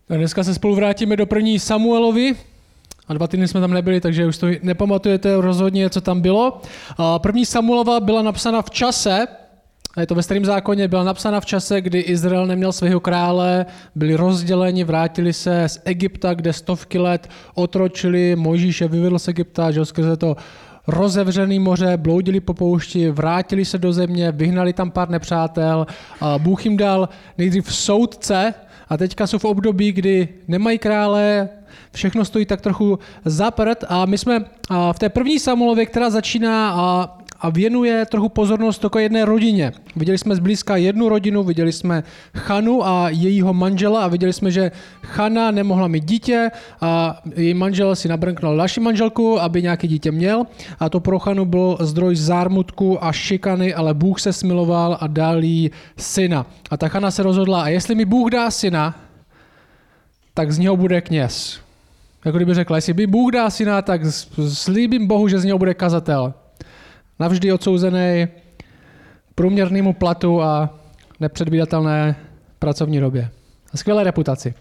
Dneska se spolu vrátíme do 1. Samuelovi. A 2 týdny jsme tam nebyli, takže už to nepamatujete rozhodně, co tam bylo. 1. Samuelova byla napsána v čase, a je to ve Starém zákoně, byla napsána v čase, kdy Izrael neměl svého krále, byli rozděleni, vrátili se z Egypta, kde stovky let otročili, Mojžíš je vyvedl z Egypta, že skrze to rozevřený moře, bloudili po poušti, vrátili se do země, vyhnali tam pár nepřátel, Bůh jim dal nejdřív soudce a teďka jsou v období, kdy nemají krále, všechno stojí tak trochu za prd a my jsme v té 1. Samuelově, která začíná a věnuje trochu pozornost takové jedné rodině. Viděli jsme zblízka jednu rodinu, viděli jsme Chanu a jejího manžela a viděli jsme, že Chana nemohla mít dítě a její manžel si nabrnknul další manželku, aby nějaké dítě měl a to pro Chanu byl zdroj zármutku a šikany, ale Bůh se smiloval a dal jí syna. A ta Chana se rozhodla, a jestli mi Bůh dá syna, tak z něho bude kněz. Jako kdyby řekla, jestli by Bůh dá syna, tak slíbím Bohu, že z něho bude kazatel. Navždy odsouzený průměrnému platu a nepředvídatelné pracovní době. A skvělé reputaci.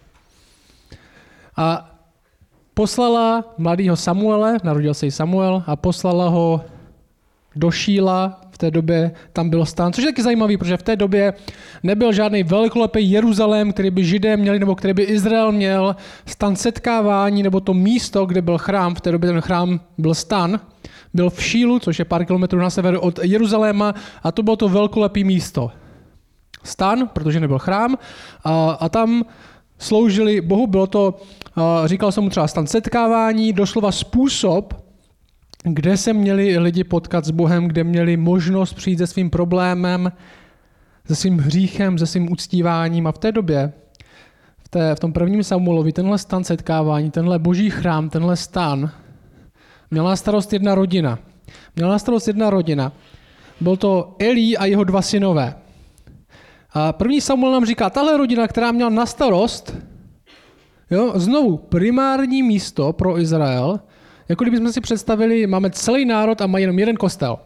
A poslala mladého Samuele, narodil se jí Samuel, a poslala ho do Šíla, v té době tam byl stan, což je taky zajímavý, protože v té době nebyl žádný velkolepý Jeruzalém, který by Židé měli, nebo který by Izrael měl, stan setkávání, nebo to místo, kde byl chrám, v té době ten chrám byl stan, byl v Šílu, což je pár kilometrů na sever od Jeruzaléma, a to bylo to velkolepý místo. Stan, protože nebyl chrám, a tam sloužili Bohu, bylo to, říkal jsem mu třeba stan setkávání, doslova způsob, kde se měli lidi potkat s Bohem, kde měli možnost přijít se svým problémem, se svým hříchem, se svým uctíváním. A v té době, v tom 1. Samuelovi, tenhle stan setkávání, tenhle boží chrám, tenhle stan, měla na starost jedna rodina. Byl to Eli a jeho 2 synové. A 1. Samuel nám říká, tahle rodina, která měla na starost, znovu primární místo pro Izrael, jako kdybychom si představili, máme celý národ a mají jenom jeden kostel.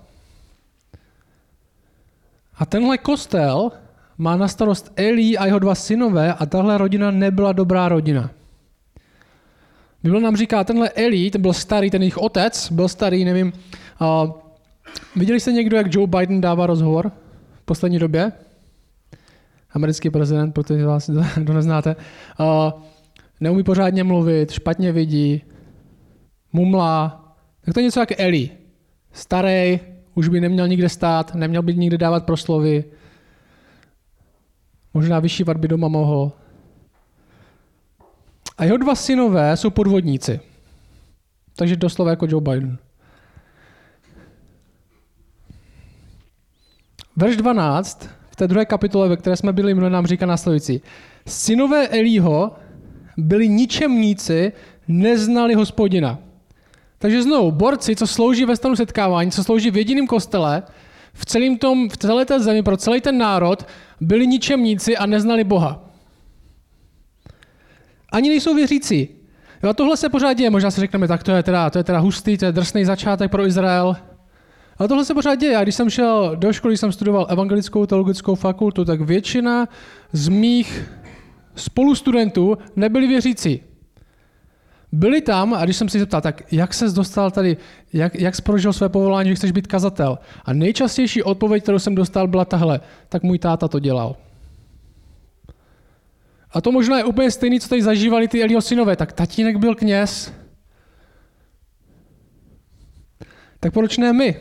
A tenhle kostel má na starost Eli a jeho 2 synové a tahle rodina nebyla dobrá rodina. Bible nám říká, tenhle Eli, ten byl starý, ten jejich otec byl starý, nevím. Viděli jste někdo, jak Joe Biden dává rozhovor v poslední době? Americký prezident, protože vás to neznáte. Neumí pořádně mluvit, špatně vidí, mumlá. Tak to je něco jak Eli. Starý, už by neměl nikde stát, neměl by nikde dávat proslovy. Možná vyšívat by doma mohl. A jeho 2 synové jsou podvodníci. Takže doslova jako Joe Biden. Verš 12, v té 2. kapitole, ve které jsme byli, nám říká následující. Synové Elího byli ničemníci, neznali Hospodina. Takže znovu, borci, co slouží ve stanu setkávání, co slouží v jediném kostele, v celé té zemi, pro celý ten národ, byli ničemníci a neznali Boha. Ani nejsou věřící. A tohle se pořád děje. Možná si řekneme, tak to je teda hustý, to je drsný začátek pro Izrael. Ale tohle se pořád děje. A když jsem šel do školy, když jsem studoval evangelickou teologickou fakultu, tak většina z mých spolustudentů nebyli věřící. Byli tam a když jsem si zeptal, tak jak ses dostal tady, jak jsi prožil své povolání, že chceš být kazatel? A nejčastější odpověď, kterou jsem dostal, byla tahle. Tak můj táta to dělal. A to možná je úplně stejný, co tady zažívali ty Eliho synové. Tak tatínek byl kněz. Tak proč ne my?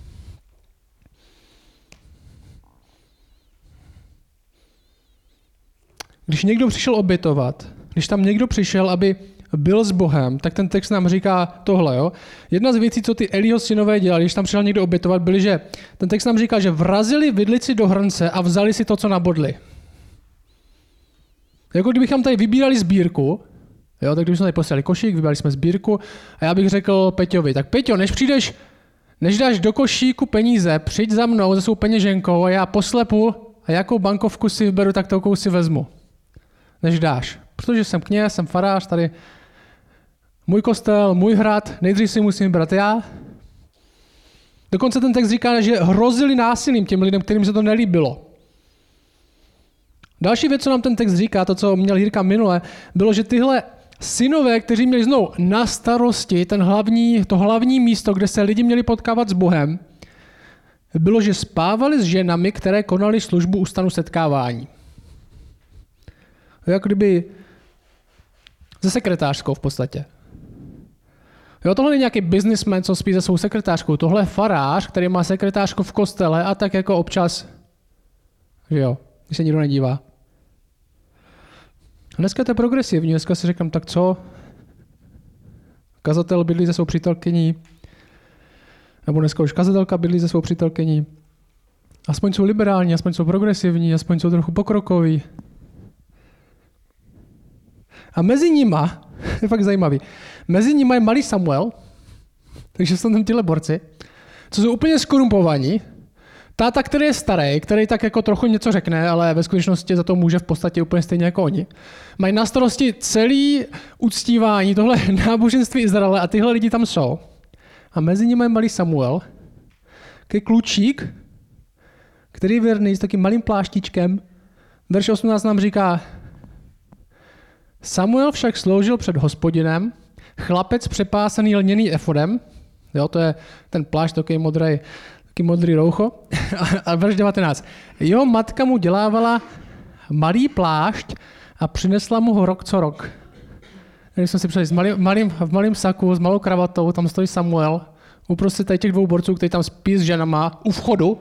Když někdo přišel obětovat, když tam někdo přišel, aby byl s Bohem, tak ten text nám říká tohle. Jo? Jedna z věcí, co ty Eliho synové dělali, když tam přišel někdo obětovat, byly, že ten text nám říká, že vrazili vidlici do hrnce a vzali si to, co nabodli. Jako kdybychom tady vybírali sbírku, jo, tak kdybychom tady poslali košík, vybírali jsme sbírku a já bych řekl Peťovi, tak Peťo, než dáš do košíku peníze, přijď za mnou se svou peněženkou a já poslepu a jakou bankovku si vyberu, tak tou si vezmu. Než dáš. Protože jsem kněz, jsem farář, tady můj kostel, můj hrad, nejdřív si musím vybrat já. Dokonce ten text říká, že hrozili násilím těm lidem, kterým se to nelíbilo. Další věc, co nám ten text říká, to, co měl Jirka minule, bylo, že tyhle synové, kteří měli znovu na starosti to hlavní místo, kde se lidi měli potkávat s Bohem, bylo, že spávali s ženami, které konaly službu u stanu setkávání. Jako kdyby se sekretářskou v podstatě. Jo, tohle není nějaký businessman, co spí se svou sekretářkou. Tohle je farář, který má sekretářku v kostele a tak jako občas, že jo, když se nikdo nedívá. A dneska to je progresivní. Dneska si říkám, tak co? Kazatel bydlí se svou přítelkyní, nebo dneska už kazatelka bydlí se svou přítelkyní. Aspoň jsou liberální, aspoň jsou progresivní, aspoň jsou trochu pokrokoví. A mezi nima, je fakt zajímavý, mezi nima je malý Samuel, takže jsou tam tyhle borci, co jsou úplně skorumpovaní. Táta, který je starý, který tak jako trochu něco řekne, ale ve skutečnosti za to může v podstatě úplně stejně jako oni. Mají na starosti celý uctívání, tohle náboženství Izraele a tyhle lidi tam jsou. A mezi nimi je malý Samuel, který klučík, který je věrný s takým malým pláštíčkem. Verš 18 nám říká: Samuel však sloužil před Hospodinem, chlapec přepásaný lněný efodem, jo, to je ten plášť, takový modrý roucho. A verš 19. Jeho matka mu dělávala malý plášť a přinesla mu ho rok co rok. Když jsme si přišli v malém saku s malou kravatou, tam stojí Samuel, uprostřed tady těch dvou borců, který tam spí s ženama u vchodu.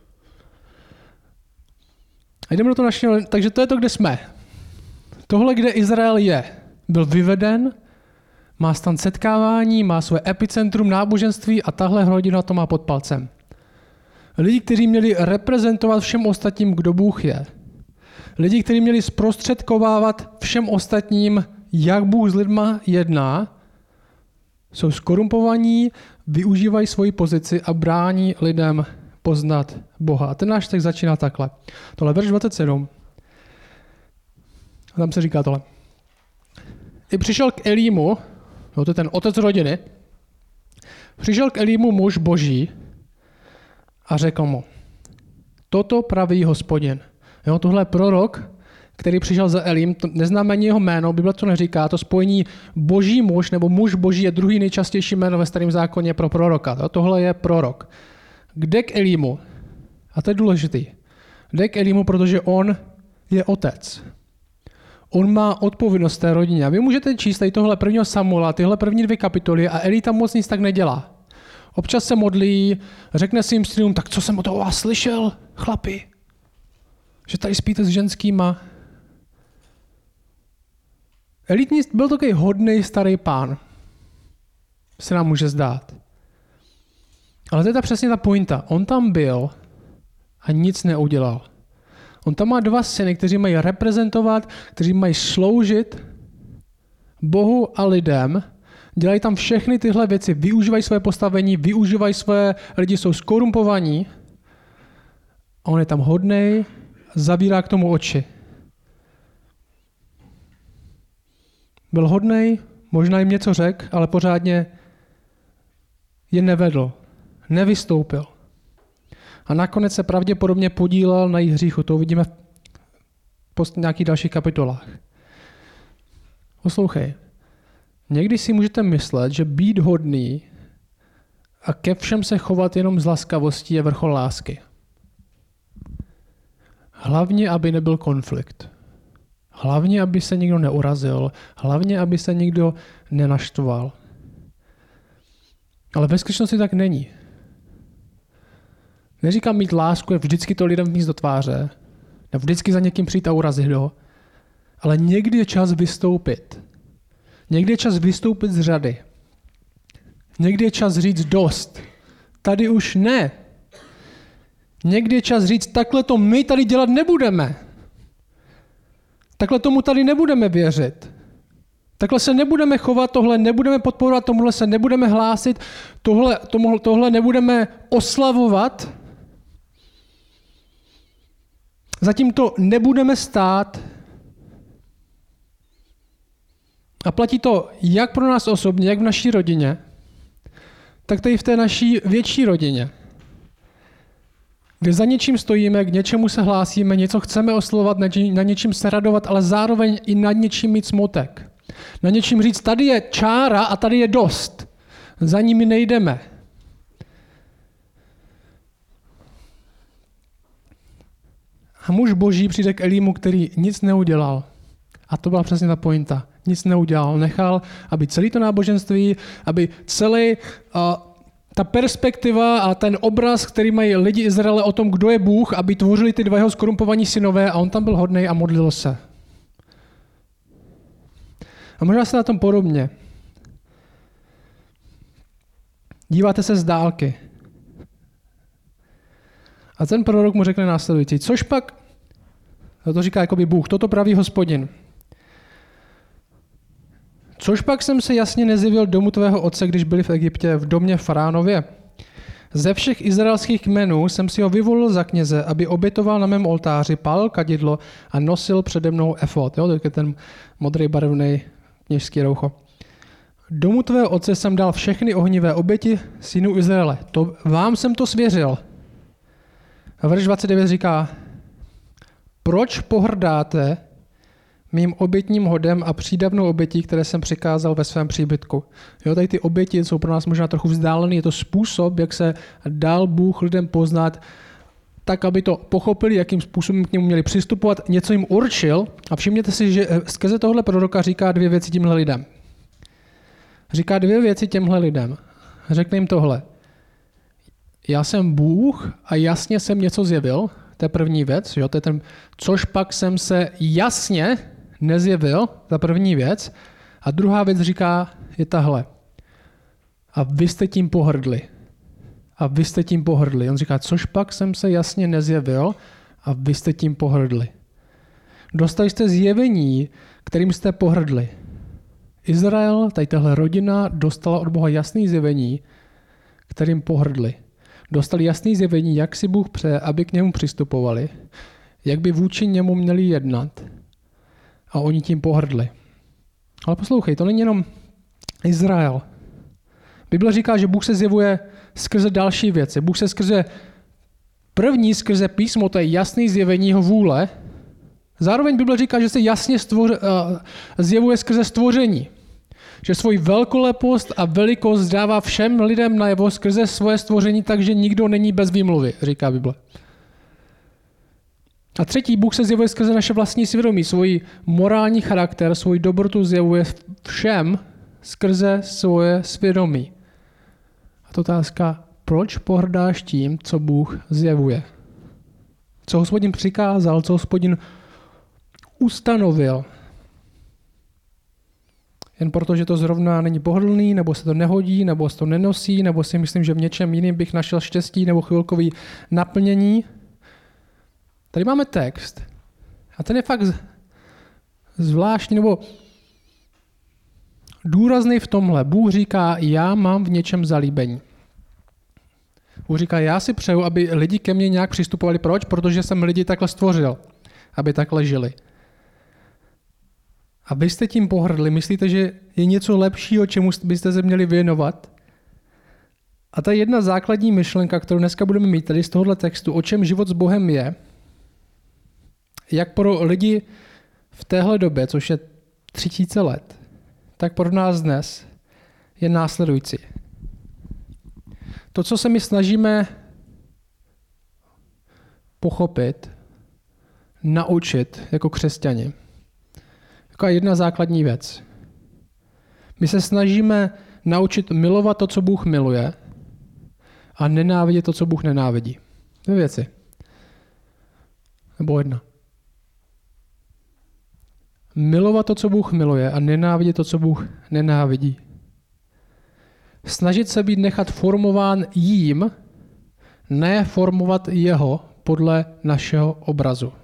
A jdeme do toho našeho, takže to je to, kde jsme. Tohle, kde Izrael je, byl vyveden, má stan setkávání, má své epicentrum náboženství a tahle rodina to má pod palcem. Lidi, kteří měli reprezentovat všem ostatním, kdo Bůh je. Lidi, kteří měli zprostředkovávat všem ostatním, jak Bůh s lidma jedná, jsou skorumpovaní, využívají svoji pozici a brání lidem poznat Boha. A ten náš text začíná takhle. Tohle verš 27. A tam se říká tohle. I přišel k Elímu, to je ten otec rodiny, přišel k Elímu muž boží a řekl mu: toto praví Hospodin. Jo, tohle je prorok, který přišel za Elím, to neznáme ani jeho jméno, Bible to neříká, to spojení boží muž nebo muž boží je druhý nejčastější jméno ve Starém zákoně pro proroka. Jo, tohle je prorok. Jde k Elímu, a to je důležitý, jde k Elímu, protože on je otec. On má odpovědnost té rodině. A vy můžete číst tady tohle prvního Samuela, tyhle první 2 kapitoly a Eli tam moc nic tak nedělá. Občas se modlí, řekne svým synům: tak co jsem o toho vás slyšel, chlapi? Že tady spíte s ženskýma. Elitní byl takový hodnej starý pán. Se nám může zdát. Ale to je přesně ta pointa. On tam byl a nic neudělal. On tam má 2 syny, kteří mají reprezentovat, kteří mají sloužit Bohu a lidem. Dělají tam všechny tyhle věci, využívají své postavení, využívají své, lidi jsou skorumpovaní. A on je tam hodnej, zavírá k tomu oči. Byl hodnej, možná jim něco řekl, ale pořádně je nevedl, nevystoupil. A nakonec se pravděpodobně podílel na jejich hříchu. To uvidíme v nějakých dalších kapitolách. Poslouchej. Někdy si můžete myslet, že být hodný a ke všem se chovat jenom z laskavosti je vrchol lásky. Hlavně, aby nebyl konflikt. Hlavně, aby se nikdo neurazil. Hlavně, aby se nikdo nenaštval. Ale ve skutečnosti tak není. Neříkám, mít lásku je vždycky to lidem vníst do tváře, ne vždycky za někým přijít a urazit ho, ale někdy je čas vystoupit. Někdy je čas vystoupit z řady. Někdy je čas říct dost. Tady už ne. Někdy je čas říct, takhle to my tady dělat nebudeme. Takhle tomu tady nebudeme věřit. Takhle se nebudeme chovat, tohle nebudeme podporovat, tomuhle se nebudeme hlásit, tohle nebudeme oslavovat. Zatím to nebudeme stát. A platí to jak pro nás osobně, jak v naší rodině, tak tady v té naší větší rodině. kde za něčím stojíme, k něčemu se hlásíme, něco chceme oslovovat, na něčím se radovat, ale zároveň i nad něčím mít smutek. Na něčím říct, tady je čára a tady je dost. Za nimi nejdeme. A muž boží přijde k Elímu, který nic neudělal. A to byla přesně ta pointa. Nic neudělal. Nechal, aby celé to náboženství, aby celý ta perspektiva a ten obraz, který mají lidi Izraele o tom, kdo je Bůh, aby tvořili ty dva jeho skorumpovaní synové a on tam byl hodnej a modlil se. A možná se na tom podobně. Díváte se z dálky. A ten prorok mu řekne následující. Což pak, to říká jakoby Bůh, toto praví Hospodin. Což pak jsem se jasně nezjevil domu tvého otce, když byli v Egyptě, v domě Faraonově. Ze všech izraelských kmenů jsem si ho vyvolil za kněze, aby obětoval na mém oltáři, pálil kadidlo a nosil přede mnou efod. Jo, to je ten modrý barevný kněžský roucho. Domu tvého otce jsem dal všechny ohnivé oběti synů Izraele. To, vám jsem to svěřil. A verš 29 říká, proč pohrdáte mým obětním hodem a přídavnou obětí, které jsem přikázal ve svém příbytku. Jo, tady ty oběti jsou pro nás možná trochu vzdálené, je to způsob, jak se dal Bůh lidem poznat, tak, aby to pochopili, jakým způsobem k němu měli přistupovat, něco jim určil a všimněte si, že skrze tohle proroka říká dvě věci těmhle lidem. Říká dvě věci těmhle lidem. Řekne jim tohle. Já jsem Bůh a jasně jsem něco zjevil, to je první věc, jo, to je ten, což pak jsem se jasně nezjevil, ta první věc. A druhá věc říká, je tahle. A vy jste tím pohrdli. A vy jste tím pohrdli. On říká, což pak jsem se jasně nezjevil a vy jste tím pohrdli. Dostali jste zjevení, kterým jste pohrdli. Izrael, tady tahle rodina, dostala od Boha jasný zjevení, kterým pohrdli. Dostali jasný zjevení, jak si Bůh přeje, aby k němu přistupovali, jak by vůči němu měli jednat. A oni tím pohrdli. Ale poslouchej, to není jenom Izrael. Bible říká, že Bůh se zjevuje skrze další věci. Bůh se skrze písmo, to je jasný zjevení jeho vůle. Zároveň Bible říká, že se jasně zjevuje skrze stvoření. Že svoji velkolepost a velikost dává všem lidem najevo skrze svoje stvoření, takže nikdo není bez výmluvy, říká Bible. A třetí, Bůh se zjevuje skrze naše vlastní svědomí, svůj morální charakter, svou dobrotu zjevuje všem skrze svoje svědomí. A to otázka, proč pohrdáš tím, co Bůh zjevuje? Co Hospodin přikázal, co Hospodin ustanovil? Jen proto, že to zrovna není pohodlný, nebo se to nehodí, nebo se to nenosí, nebo si myslím, že v něčem jiným bych našel štěstí nebo chvilkový naplnění. Tady máme text a ten je fakt zvláštní nebo důrazný v tomhle. Bůh říká, já mám v něčem zalíbení. Bůh říká, já si přeju, aby lidi ke mně nějak přistupovali. Proč? Protože jsem lidi takhle stvořil, aby takhle žili. A vy jste tím pohrdli, myslíte, že je něco lepšího, čemu byste se měli věnovat? A ta jedna základní myšlenka, kterou dneska budeme mít tady z tohohle textu, o čem život s Bohem je, jak pro lidi v téhle době, což je 3000 let, tak pro nás dnes je následující. To, co se my snažíme pochopit, naučit jako křesťani, jako jedna základní věc. My se snažíme naučit milovat to, co Bůh miluje a nenávidět to, co Bůh nenávidí. Dvě věci. Nebo jedna. Milovat to, co Bůh miluje a nenávidět to, co Bůh nenávidí. Snažit se být nechat formován jím, ne formovat jeho podle našeho obrazu.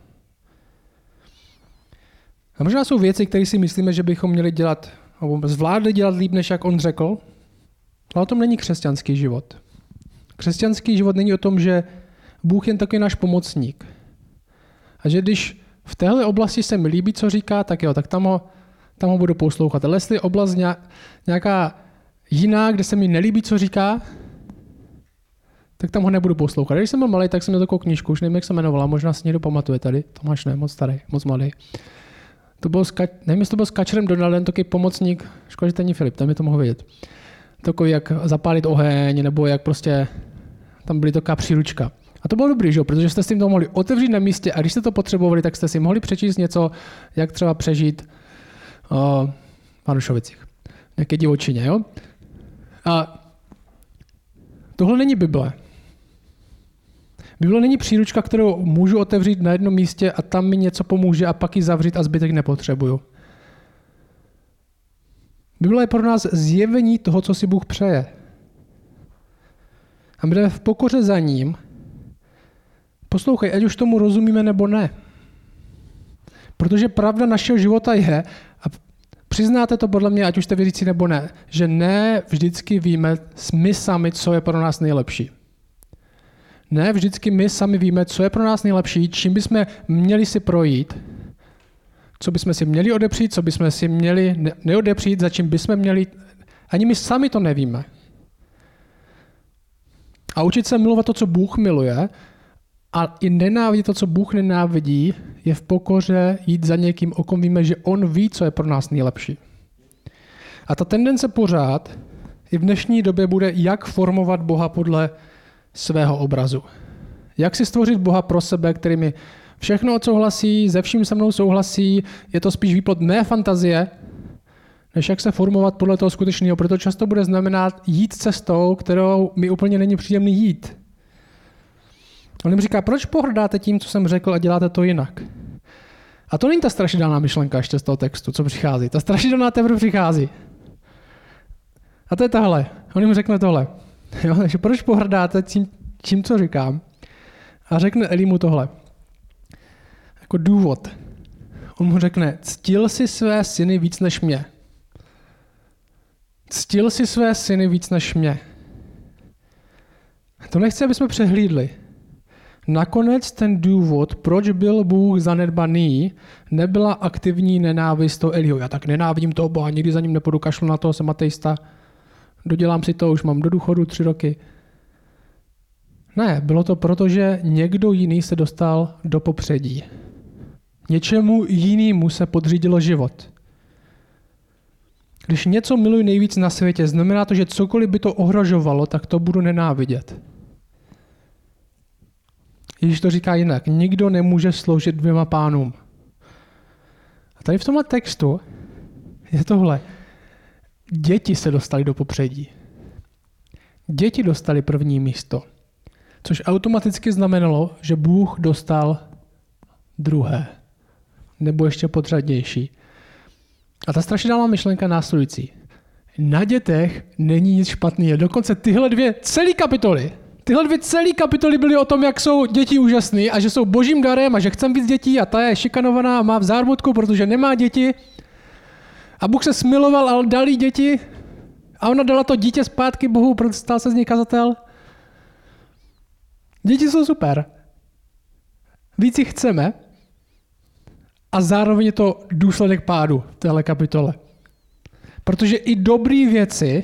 A možná jsou věci, které si myslíme, že bychom měli dělat, nebo zvládli dělat líp, než jak on řekl, ale o tom není křesťanský život. Křesťanský život není o tom, že Bůh je takový náš pomocník. A že když v téhle oblasti se mi líbí, co říká, tak jo, tak tam ho budu poslouchat. Ale jestli je oblast nějaká jiná, kde se mi nelíbí, co říká, tak tam ho nebudu poslouchat. Když jsem byl malý, tak jsem měl takovou knížku, už nevím, jak se jmenovala, možná si někdo pamatuje tady. Tomáš ne, moc starý, moc mladý. To bylo nevím, jestli to byl s Kačerem Donaldem, takový pomocník, škoda, že to není Filip, tam mi to mohl vědět. Takový, jak zapálit oheň, nebo jak prostě, tam byly taková příručka. A to bylo dobrý, že? Protože jste si tím to mohli otevřít na místě a když jste to potřebovali, tak jste si mohli přečíst něco, jak třeba přežít v Marušovicích. Nějaké divočině, jo? A tohle není Bible. Bible není příručka, kterou můžu otevřít na jednom místě a tam mi něco pomůže a pak ji zavřít a zbytek nepotřebuju. Bible je pro nás zjevení toho, co si Bůh přeje. A my jdeme v pokoře za ním. Poslouchej, ať už tomu rozumíme nebo ne. Protože pravda našeho života je, a přiznáte to podle mě, ať už jste věřící nebo ne, že ne vždycky víme my sami, co je pro nás nejlepší. Ne vždycky my sami víme, co je pro nás nejlepší, čím bychom měli si projít, co bychom si měli odepřít, co bychom si měli neodepřít, za čím bychom měli, ani my sami to nevíme. A učit se milovat to, co Bůh miluje, a i nenávidit to, co Bůh nenávidí, je v pokoře jít za někým, o kom víme, že on ví, co je pro nás nejlepší. A ta tendence pořád i v dnešní době bude, jak formovat Boha podle svého obrazu. Jak si stvořit Boha pro sebe, který mi všechno odsouhlasí, ze vším se mnou souhlasí, je to spíš výplod mé fantazie, než jak se formovat podle toho skutečného. Proto často bude znamenat jít cestou, kterou mi úplně není příjemný jít. On jim říká, proč pohrdáte tím, co jsem řekl a děláte to jinak? A to není ta strašidelná myšlenka ještě z toho textu, co přichází. Ta strašidelná teprve přichází. A to je tahle. On jim řekne tohle. Jo, takže proč pohrdáte tím, co říkám? A řekne Elimu tohle. Jako důvod. On mu řekne, ctil si své syny víc než mě. Ctil si své syny víc než mě. To nechci, aby jsme přehlídli. Nakonec ten důvod, proč byl Bůh zanedbaný, nebyla aktivní nenávist toho Eliho. Já tak nenávidím toho Boha, nikdy za ním nepůjdu, kašlu na to, jsem ateista. Dodělám si to, už mám do důchodu 3 roky. Ne, bylo to proto, že někdo jiný se dostal do popředí. Něčemu jinému se podřídilo život. Když něco miluji nejvíc na světě, znamená to, že cokoliv by to ohrožovalo, tak to budu nenávidět. Ježíš to říká jinak. Nikdo nemůže sloužit 2 pánům. A tady v tomhle textu je tohle. Děti se dostali do popředí. Děti dostali první místo. Což automaticky znamenalo, že Bůh dostal druhé. Nebo ještě podřadnější. A ta strašidelná myšlenka následující. Na dětech není nic špatného. Dokonce tyhle 2 celé kapitoly byly o tom, jak jsou děti úžasný a že jsou božím darem a že chcem víc dětí a ta je šikanovaná a má v zármutku, protože nemá děti. A Bůh se smiloval a dal jí děti a ona dala to dítě zpátky Bohu, protože stal se z něj kazatel. Děti jsou super. Víc jich chceme a zároveň je to důsledek pádu v téhle kapitole. Protože i dobré věci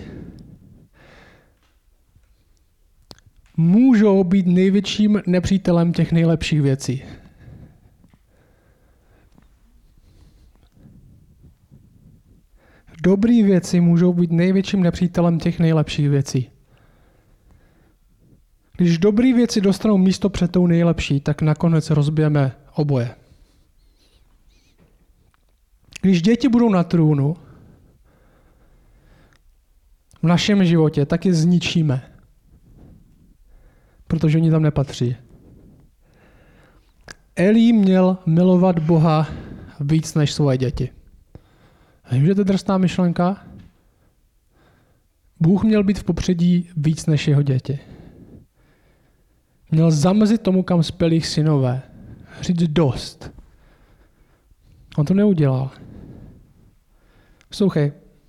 můžou být největším nepřítelem těch nejlepších věcí. Dobré věci můžou být největším nepřítelem těch nejlepších věcí. Když dobré věci dostanou místo před tou nejlepší, tak nakonec rozbijeme oboje. Když děti budou na trůnu v našem životě, tak je zničíme. Protože oni tam nepatří. Eli měl milovat Boha víc než svoje děti. A vím, že to je drsná myšlenka. Bůh měl být v popředí víc než jeho děti. Měl zamezit tomu, kam spěl jejich synové. Říct dost. On to neudělal. Poslouchej.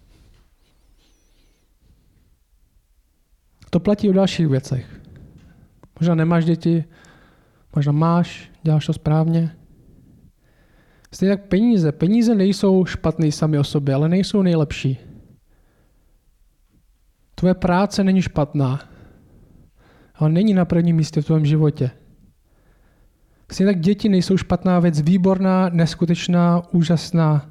To platí o dalších věcech. Možná nemáš děti, možná máš, děláš to správně. Stejně jak peníze. Peníze nejsou špatný sami o sobě, ale nejsou nejlepší. Tvoje práce není špatná, ale není na prvním místě v tvém životě. Stejně tak děti nejsou špatná věc, výborná, neskutečná, úžasná.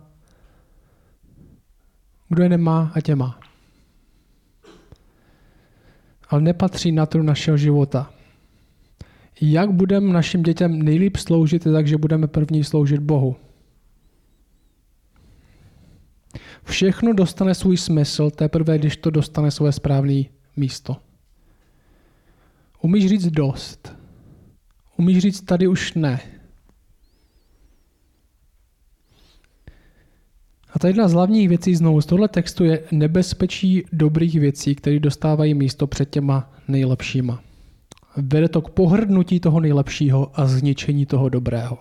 Kdo je nemá, ať je má. Ale nepatří na trůn našeho života. Jak budeme našim dětem nejlíp sloužit, je tak, že budeme první sloužit Bohu. Všechno dostane svůj smysl teprve, když to dostane svoje správné místo. Umíš říct dost. Umíš říct tady už ne. A ta jedna z hlavních věcí znovu z tohle textu je nebezpečí dobrých věcí, které dostávají místo před těma nejlepšíma. Vede to k pohrdnutí toho nejlepšího a zničení toho dobrého.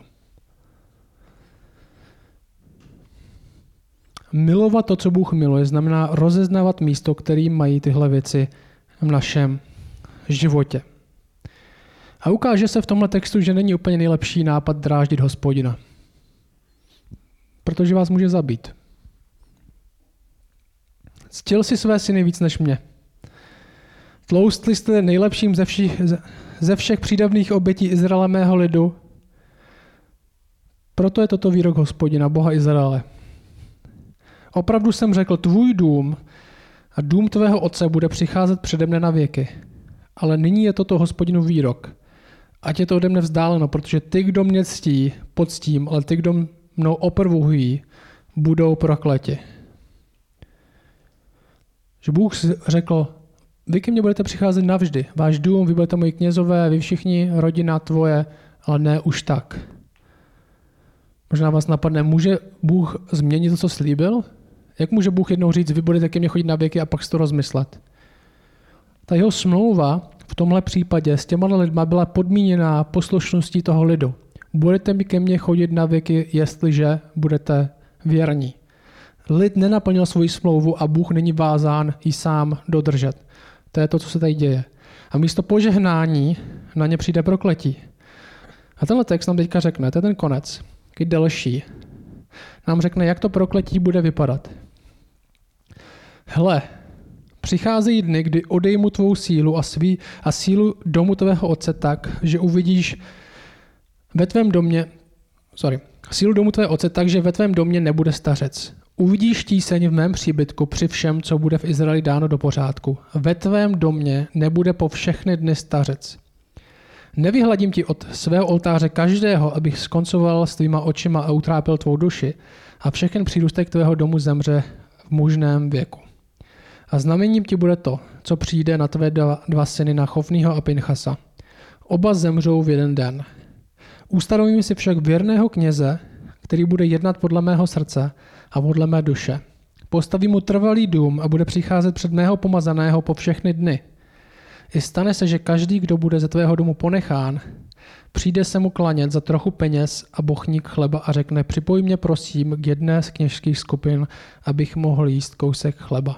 Milovat to, co Bůh miluje, znamená rozeznávat místo, kterým mají tyhle věci v našem životě. A ukáže se v tomhle textu, že není úplně nejlepší nápad dráždit Hospodina. Protože vás může zabít. Ctil si své syny víc než mě. Tloustli jste nejlepším ze všech přídavných obětí Izraele mého lidu. Proto je toto výrok Hospodina, Boha Izraele. Opravdu jsem řekl, tvůj dům a dům tvého otce bude přicházet přede mne na věky. Ale nyní je toto Hospodinův výrok. Ať je to ode mne vzdáleno, protože ty, kdo mě ctí, poctím, ale ty, kdo mnou oprvují, budou prokleti. Že Bůh řekl, vy ke mně budete přicházet navždy. Váš dům, vy budete moji knězové, vy všichni, rodina tvoje, ale ne už tak. Možná vás napadne, může Bůh změnit to, co slíbil? Jak může Bůh jednou říct, vy budete ke mně chodit na věky a pak si to rozmyslet? Ta jeho smlouva v tomhle případě s těma lidma byla podmíněná poslušností toho lidu. Budete mi ke mně chodit na věky, jestliže budete věrní. Lid nenaplnil svoji smlouvu a Bůh není vázán ji sám dodržet. To je to, co se tady děje. A místo požehnání na ně přijde prokletí. A tenhle text nám teďka řekne, to je ten konec, když další, nám řekne, jak to prokletí bude vypadat. Hle, přicházejí dny, kdy odejmu tvou sílu a sílu domu tvého otce tak, že uvidíš ve tvém domě, sílu domu tvého otce tak, že ve tvém domě nebude stařec. Uvidíš tíseň v mém příbytku při všem, co bude v Izraeli dáno do pořádku. Ve tvém domě nebude po všechny dny stařec. Nevyhladím ti od svého oltáře každého, abych skoncoval s tvýma očima a utrápil tvou duši a všechen přírůstek tvého domu zemře v mužném věku. A znamením ti bude to, co přijde na tvé dva syny, na Chofnýho a Pinchasa. Oba zemřou v jeden den. Ustanovím si však věrného kněze, který bude jednat podle mého srdce a podle mé duše. Postavím mu trvalý dům a bude přicházet před mého pomazaného po všechny dny. I stane se, že každý, kdo bude ze tvého domu ponechán, přijde se mu klanět za trochu peněz a bochník chleba a řekne, připoj mě prosím k jedné z kněžských skupin, abych mohl jíst kousek chleba.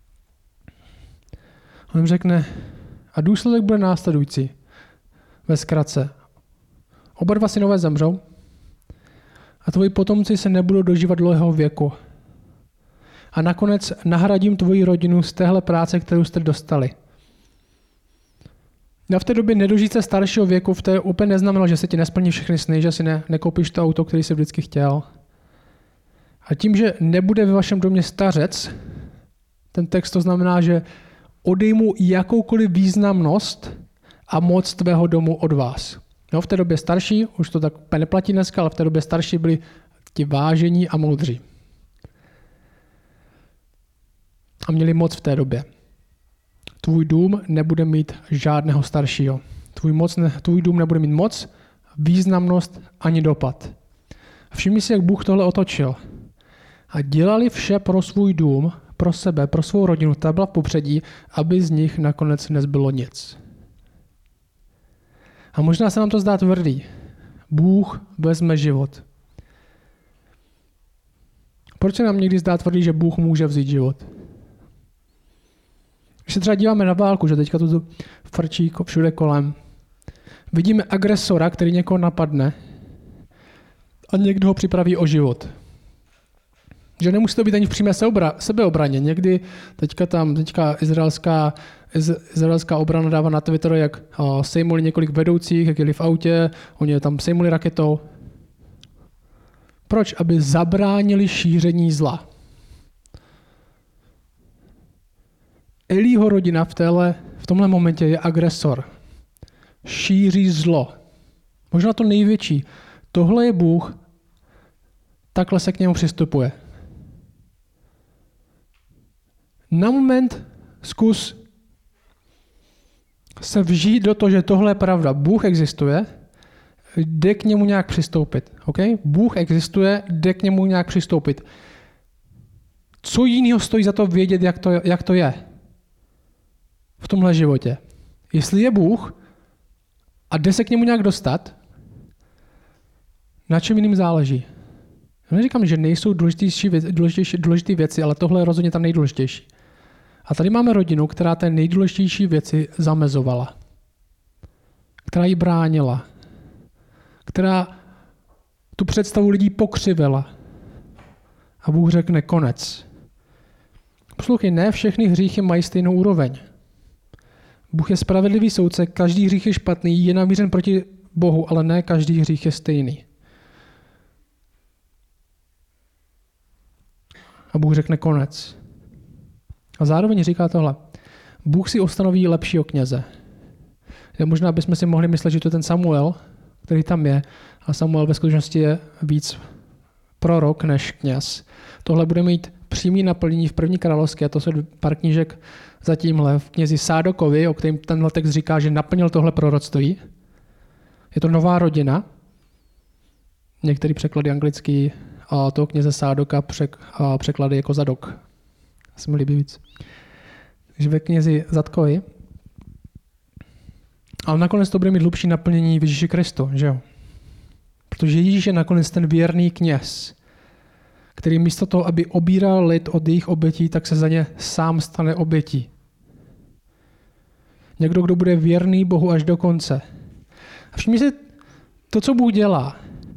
On jim řekne, a důsledek bude následující. Ve zkratce, oba dva synové zemřou a tvoji potomci se nebudou dožívat dlouhého věku. A nakonec nahradím tvoji rodinu z téhle práce, kterou jste dostali. A v té době nedožít se staršího věku, v té úplně neznamenalo, že se ti nesplní všechny sny, že si nekoupíš to auto, který jsi vždycky chtěl. A tím, že nebude ve vašem domě stařec, ten text to znamená, že odejmu jakoukoliv významnost a moc tvého domu od vás. No, v té době starší, už to tak neplatí dneska, ale v té době starší byli ti vážení a moudří. A měli moc v té době. Tvůj dům nebude mít žádného staršího. Tvůj dům nebude mít moc, významnost ani dopad. Všimni si, jak Bůh tohle otočil. A dělali vše pro svůj dům, pro sebe, pro svou rodinu, ta byla v popředí, aby z nich nakonec nezbylo nic. A možná se nám to zdá tvrdý. Bůh vezme život. Proč se nám někdy zdá tvrdý, že Bůh může vzít život? Když se třeba díváme na válku, že teďka to frčí všude kolem, vidíme agresora, který někoho napadne a někdo ho připraví o život. Že nemusí to být ani v přímé sebeobraně. Někdy teďka izraelská obrana dává na Twitteru, jak sejmuli několik vedoucích, jak jeli v autě, oni je tam sejmuli raketou. Proč? Aby zabránili šíření zla. Elího rodina v tomhle momentě je agresor. Šíří zlo. Možná to největší. Tohle je Bůh, takhle se k němu přistupuje. Na moment zkus se vžít do toho, že tohle je pravda. Bůh existuje, jde k němu nějak přistoupit. Okay? Bůh existuje, jde k němu nějak přistoupit. Co jiného stojí za to vědět, jak to je v tomhle životě? Jestli je Bůh a jde se k němu nějak dostat, na čem jiným záleží? Já neříkám, že nejsou důležité věci, ale tohle je rozhodně ta nejdůležitější. A tady máme rodinu, která té nejdůležitější věci zamezovala. Která ji bránila. Která tu představu lidí pokřivila. A Bůh řekne konec. Poslouchej, ne všechny hříchy mají stejnou úroveň. Bůh je spravedlivý soudce, každý hřích je špatný, je namířen proti Bohu, ale ne každý hřích je stejný. A Bůh řekne konec. A zároveň říká tohle. Bůh si ustanoví lepšího kněze. Možná bychom si mohli myslet, že to je ten Samuel, který tam je, a Samuel ve skutečnosti je víc prorok než kněz. Tohle bude mít přímý naplnění v první královské, a to jsou pár knížek za tímhle, v knězi Sádokovi, o kterém tenhle text říká, že naplnil tohle proroctví. Je to nová rodina. Některý překlady anglický a toho kněze Sádoka překlady jako Zadok. Se mi líbí víc. Takže ve knězi Zadkovi. Ale nakonec to bude mít hlubší naplnění v Ježíši Kristu, že jo? Protože Ježíš je nakonec ten věrný kněz, který místo toho, aby obíral lid od jejich obětí, tak se za ně sám stane obětí. Někdo, kdo bude věrný Bohu až do konce. A všimni si to, co Bůh dělá.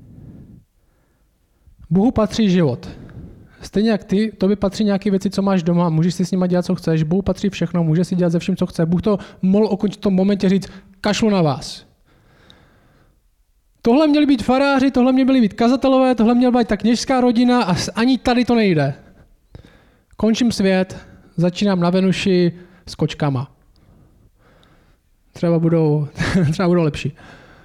Bohu patří život. Stejně jak ty, tobě patří nějaké věci, co máš doma, můžeš si s nimi dělat, co chceš, Bohu patří všechno, můžeš si dělat ze vším, co chce. Bůh to mohl ukončit v tom momentě říct, kašlu na vás. Tohle měli být faráři, tohle měli být kazatelové, tohle měla být ta kněžská rodina a ani tady to nejde. Končím svět, začínám na Venuši s kočkama. Třeba budou lepší.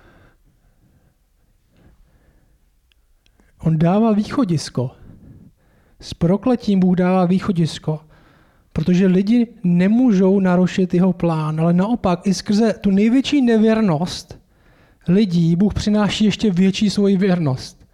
On dává východisko. S prokletím Bůh dává východisko, protože lidi nemůžou narušit jeho plán, ale naopak i skrze tu největší nevěrnost lidí Bůh přináší ještě větší svoji věrnost.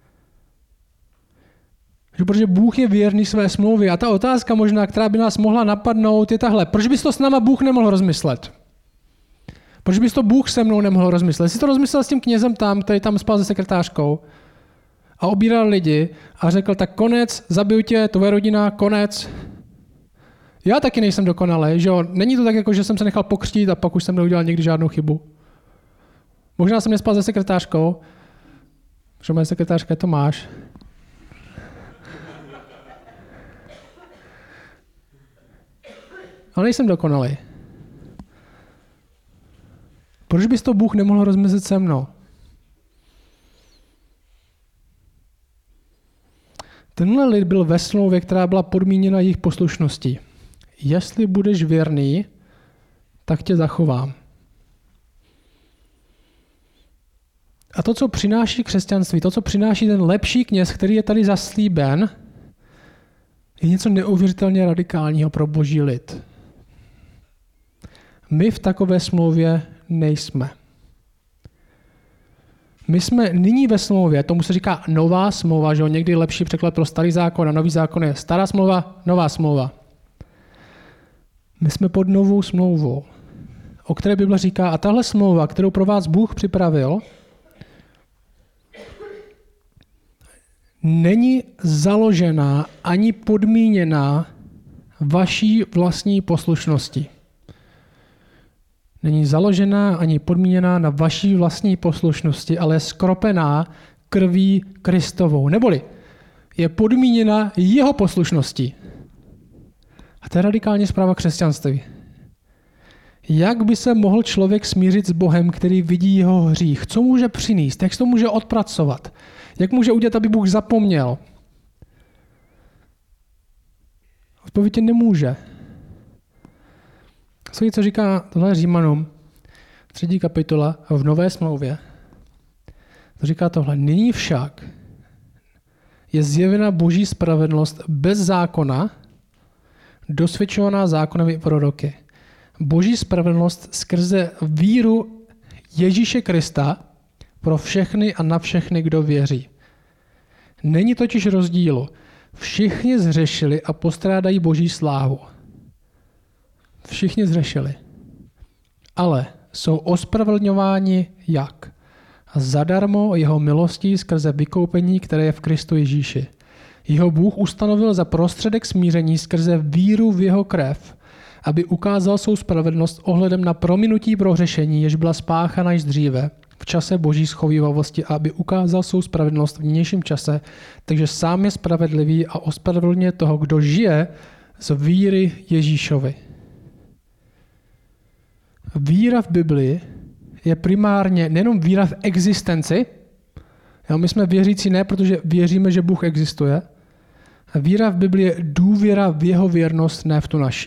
Protože Bůh je věrný své smlouvy. A ta otázka možná, která by nás mohla napadnout, je tahle. Proč bys to s náma Bůh nemohl rozmyslet? Proč bys to Bůh se mnou nemohl rozmyslet? Jsi to rozmyslel s tím knězem tam, který tam spal se sekretářkou a obíral lidi a řekl, tak konec, zabiju tě, tvoje rodina, konec. Já taky nejsem dokonalý, že jo? Není to tak, jako že jsem se nechal pokřtít a pak už jsem neudělal nikdy žádnou chybu. Možná jsem nespal se sekretářkou, že moje sekretářka je Tomáš. Ale nejsem dokonalý. Proč bys to Bůh nemohl rozmyslet se mnou? Tenhle lid byl ve smlouvě, která byla podmíněna jejich poslušností. Jestli budeš věrný, tak tě zachovám. A to, co přináší křesťanství, to, co přináší ten lepší kněz, který je tady zaslíben, je něco neuvěřitelně radikálního pro boží lid. My v takové smlouvě nejsme. My jsme nyní ve smlouvě, tomu se říká nová smlouva, že jo, někdy lepší překlad pro starý zákon a nový zákon je stará smlouva, nová smlouva. My jsme pod novou smlouvou, o které Bible říká, a tahle smlouva, kterou pro vás Bůh připravil, není založená ani podmíněná vaší vlastní poslušnosti. Není založená ani podmíněná na vaší vlastní poslušnosti, ale je skropená krví Kristovou. Neboli je podmíněna jeho poslušností. A to je radikální zpráva křesťanství. Jak by se mohl člověk smířit s Bohem, který vidí jeho hřích? Co může přinést? Jak se to může odpracovat? Jak může udělat, aby Bůh zapomněl? Odpověď nemůže. Slyšíte, co říká tohle Římanům, 3. kapitola v Nové smlouvě. To říká tohle. Nyní však je zjevena Boží spravedlnost bez zákona, dosvědčovaná zákonem proroky. Boží spravedlnost skrze víru Ježíše Krista pro všechny a na všechny, kdo věří. Není totiž rozdílu. Všichni zřešili a postrádají Boží slávu. Všichni zřešili. Ale jsou ospravedlňováni jak? Zadarmo jeho milostí skrze vykoupení, které je v Kristu Ježíši. Jeho Bůh ustanovil za prostředek smíření skrze víru v jeho krev, aby ukázal svou spravedlnost ohledem na prominutí prohřešení, jež byla spáchána již dříve, v čase Boží schovívavosti, a aby ukázal svou spravedlnost v nynějším čase, takže sám je spravedlivý a ospravedlňuje toho, kdo žije z víry Ježíšovi. Víra v Biblii je primárně nejenom víra v existenci. My jsme věřící ne, protože věříme, že Bůh existuje. A víra v Biblii je důvěra v jeho věrnost, ne v tu naši.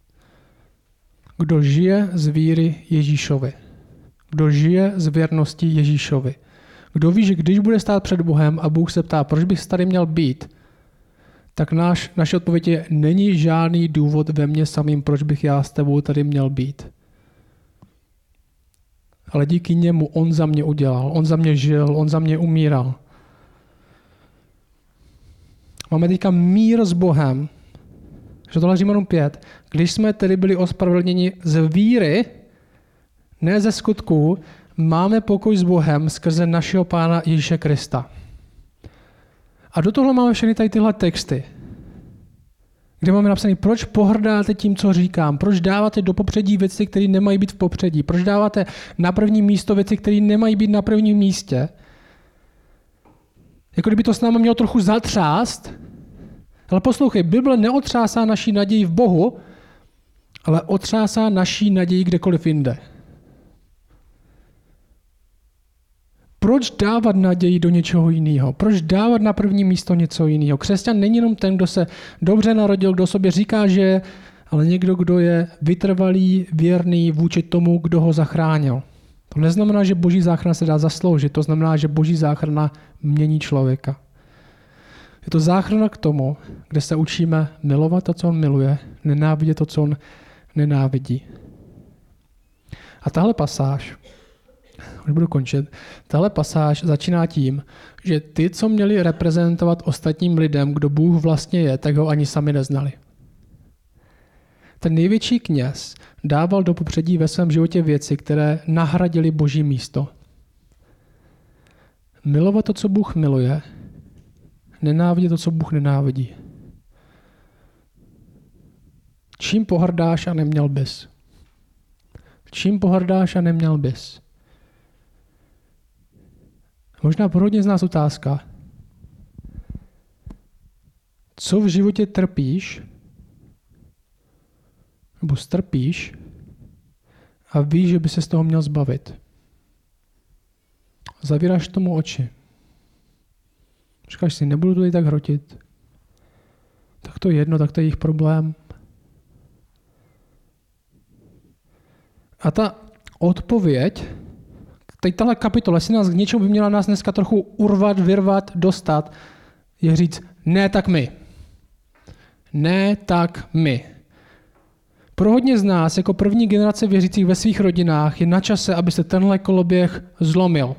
Kdo žije z víry Ježíšovi. Kdo žije z věrnosti Ježíšovi. Kdo ví, že když bude stát před Bohem a Bůh se ptá, proč bych tady měl být, tak naše odpověď je, není žádný důvod ve mně samým, proč bych já s tebou tady měl být. Ale díky němu on za mě udělal, on za mě žil, on za mě umíral. Máme teďka mír s Bohem, že tohle Římanům 5, když jsme tedy byli ospravedlněni z víry, ne ze skutků, máme pokoj s Bohem skrze našeho Pána Ježíše Krista. A do toho máme všechny tady tyhle texty, kde máme napsané, proč pohrdáte tím, co říkám, proč dáváte do popředí věci, které nemají být v popředí, proč dáváte na první místo věci, které nemají být na prvním místě. Jako kdyby to s námi mělo trochu zatřást. Ale poslouchej, Bible neotřásá naší naději v Bohu, ale otřásá naší naději kdekoliv jinde. Proč dávat naději do něčeho jiného? Proč dávat na první místo něco jiného? Křesťan není jenom ten, kdo se dobře narodil, kdo sobě říká, že je, ale někdo, kdo je vytrvalý, věrný vůči tomu, kdo ho zachránil. To neznamená, že Boží záchrana se dá zasloužit, to znamená, že Boží záchrana mění člověka. Je to záchrana k tomu, kde se učíme milovat to, co on miluje, nenávidět to, co on nenávidí. A tahle pasáž, už budu končit, tahle pasáž začíná tím, že ty, co měli reprezentovat ostatním lidem, kdo Bůh vlastně je, tak ho ani sami neznali. Ten největší kněz dával do popředí ve svém životě věci, které nahradily Boží místo. Milovat to, co Bůh miluje, nenávidět to, co Bůh nenávidí. Čím pohrdáš a neměl bys? Čím pohrdáš a neměl bys? Možná pro hodně z nás otázka. Co v životě trpíš nebo strpíš a víš, že by se z toho měl zbavit? Zavíráš tomu oči. Říkáš si, nebudu tady tak hrotit. Tak to je jedno, tak to je jejich problém. A ta odpověď, teď tahle kapitola, jestli nás k něčemu by měla nás dneska trochu urvat, vyrvat, dostat, je říct, ne tak my. Ne tak my. Pro hodně z nás, jako první generace věřících ve svých rodinách, je na čase, aby se tenhle koloběh zlomil.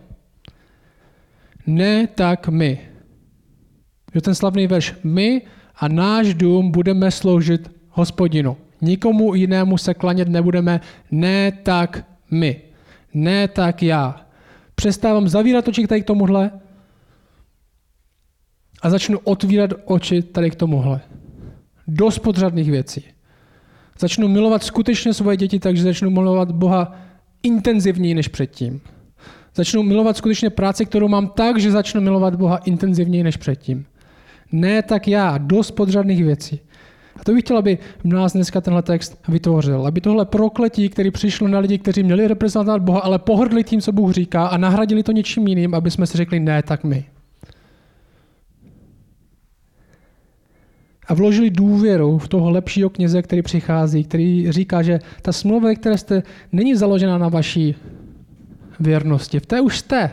Ne tak my. Že ten slavný verš, my a náš dům budeme sloužit Hospodinu. Nikomu jinému se klanět nebudeme, ne tak my. Ne tak já. Přestávám zavírat oči tady k tomuhle a začnu otvírat oči tady k tomuhle. Dost podřadných věcí. Začnu milovat skutečně svoje děti, takže začnu milovat Boha intenzivněji než předtím. Začnu milovat skutečně práci, kterou mám tak, že začnu milovat Boha intenzivněji než předtím. Ne tak já, dost podřadných věcí. A to bych chtěl, aby v nás dneska tenhle text vytvořil. Aby tohle prokletí, který přišlo na lidi, kteří měli reprezentovat Boha, ale pohrdli tím, co Bůh říká a nahradili to něčím jiným, aby jsme si řekli ne, tak my. A vložili důvěru v toho lepšího kněze, který přichází, který říká, že ta smlouva, které jste, není založena na vaší věrnosti. V té už jste.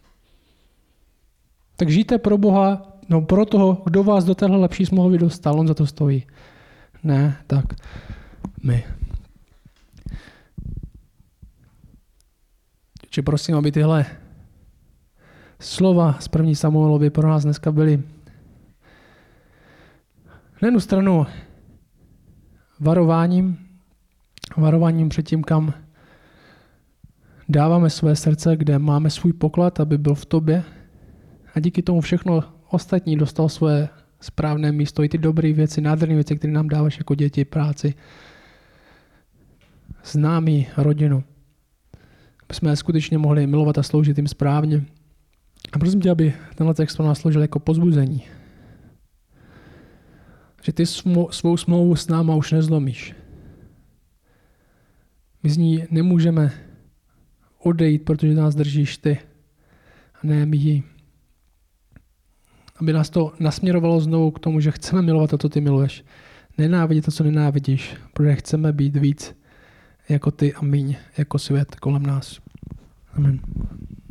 Tak žijte pro Boha, no pro toho, kdo vás do téhle lepší smlouvy dostal, on za to stojí. Ne, tak my. Čiže prosím, aby tyhle slova z 1. Samuelovy pro nás dneska byly na jednu stranu varováním před tím, kam dáváme své srdce, kde máme svůj poklad, aby byl v tobě. A díky tomu všechno ostatní dostal svoje správné místo, i ty dobré věci, nádherné věci, které nám dáváš jako děti, práci, známí, rodinu. Aby jsme skutečně mohli milovat a sloužit jim správně. A prosím tě, aby tenhle text pro nás sloužil jako pozbuzení. Že ty svou smlouvu s náma už nezlomíš. My z ní nemůžeme odejít, protože nás držíš ty a ne my ji. Aby nás to nasměrovalo znovu k tomu, že chceme milovat to, co ty miluješ. Nenávidět to, co nenávidíš, protože chceme být víc jako ty a míň jako svět kolem nás. Amen.